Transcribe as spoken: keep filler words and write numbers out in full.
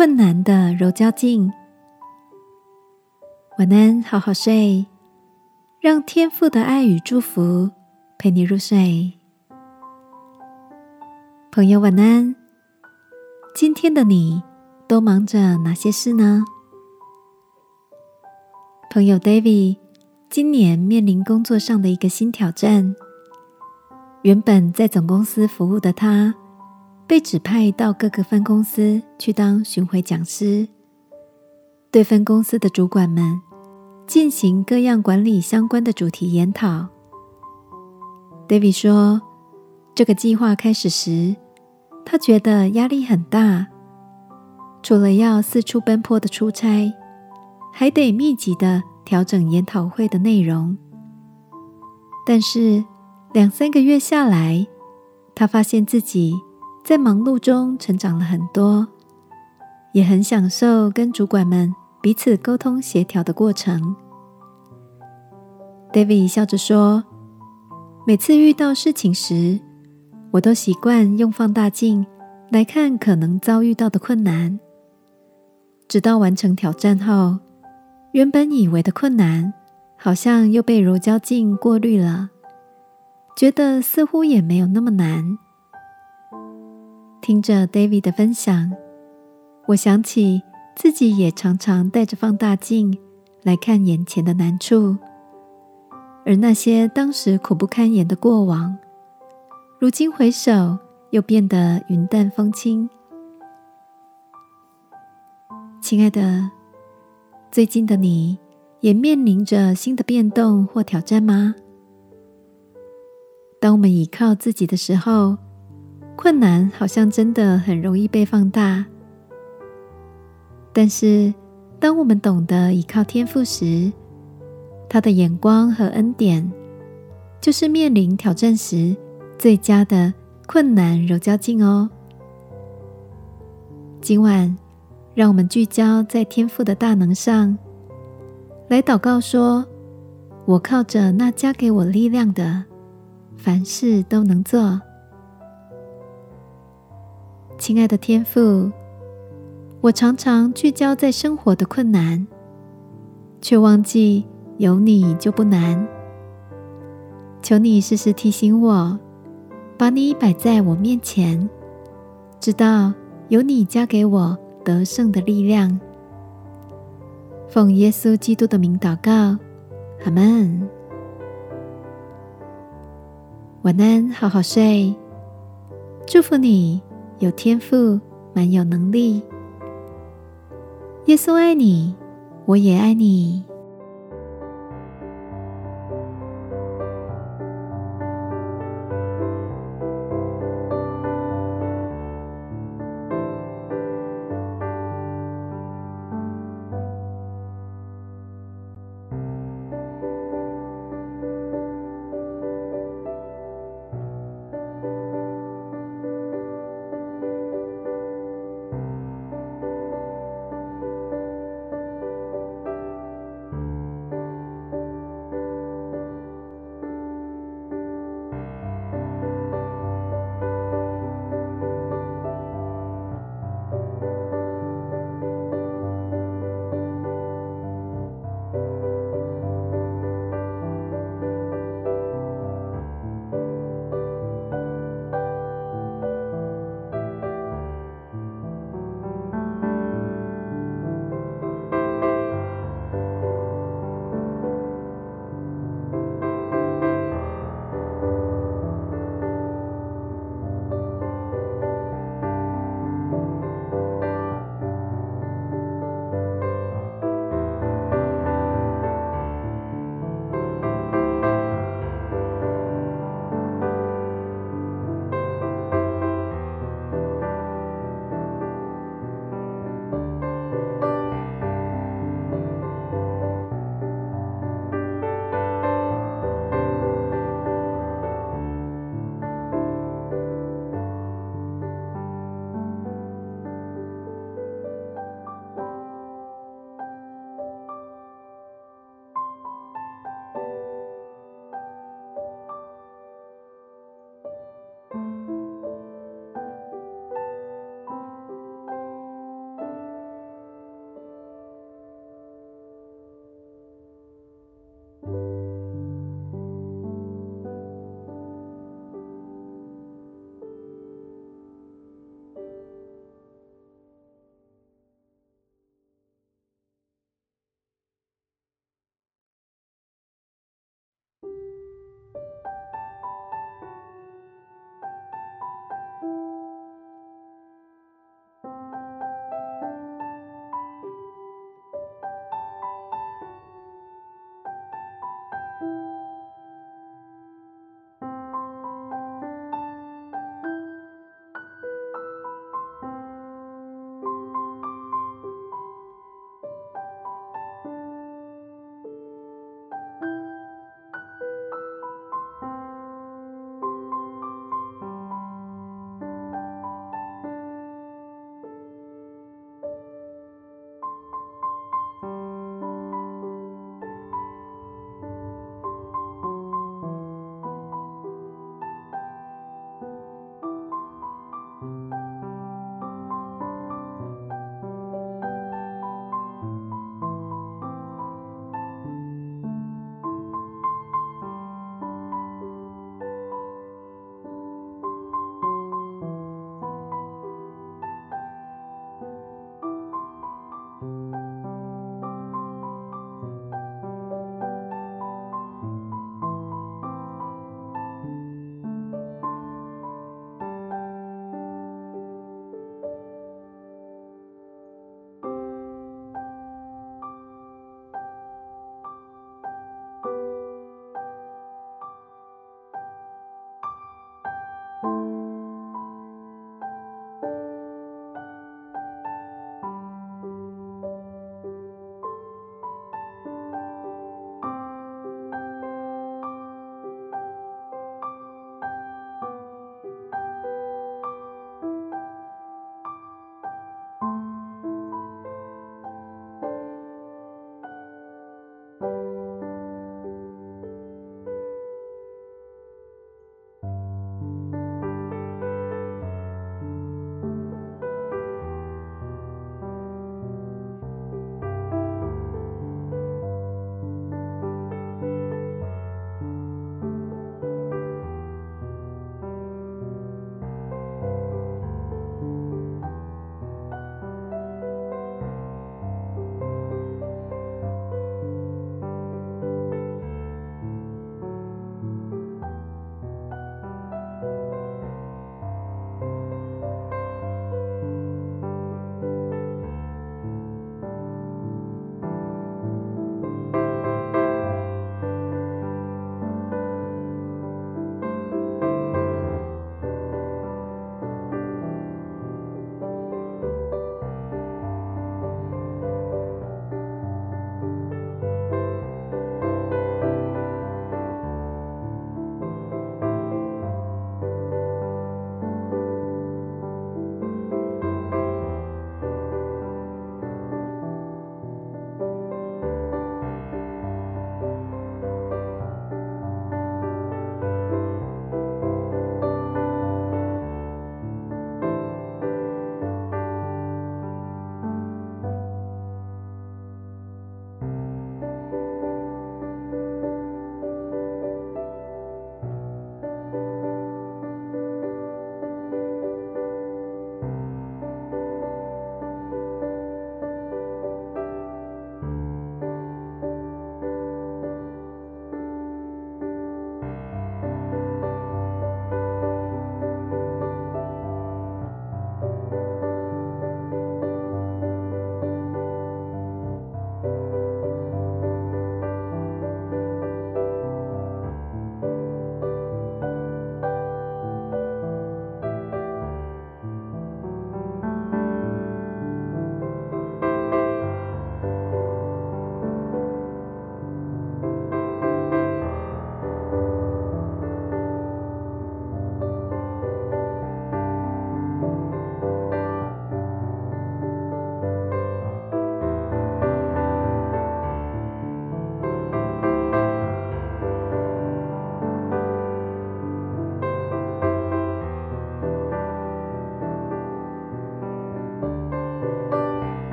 困难的柔焦镜。晚安，好好睡，让天父的爱与祝福陪你入睡。朋友晚安，今天的你都忙着哪些事呢？朋友 David 今年面临工作上的一个新挑战，原本在总公司服务的他，被指派到各个分公司去当巡回讲师，对分公司的主管们进行各样管理相关的主题研讨。 David 说，这个计划开始时，他觉得压力很大，除了要四处奔波的出差，还得密集的调整研讨会的内容。但是两三个月下来，他发现自己在忙碌中成长了很多，也很享受跟主管们彼此沟通协调的过程。 David 笑着说，每次遇到事情时，我都习惯用放大镜来看可能遭遇到的困难，直到完成挑战后，原本以为的困难好像又被柔焦镜过滤了，觉得似乎也没有那么难。听着 David 的分享，我想起自己也常常带着放大镜来看眼前的难处，而那些当时苦不堪言的过往，如今回首又变得云淡风轻。亲爱的，最近的你也面临着新的变动或挑战吗？当我们倚靠自己的时候，困难好像真的很容易被放大。但是当我们懂得倚靠天父时，他的眼光和恩典就是面临挑战时最佳的困难柔焦镜哦。今晚让我们聚焦在天父的大能上，来祷告说，我靠着那加给我力量的，凡事都能做。亲爱的天父，我常常聚焦在生活的困难，却忘记有你就不难。求你时时提醒我，把你摆在我面前，知道有你加给我得胜的力量。奉耶稣基督的名祷告，阿们。晚安，好好睡。祝福你有天赋，满有能力。耶稣爱你，我也爱你。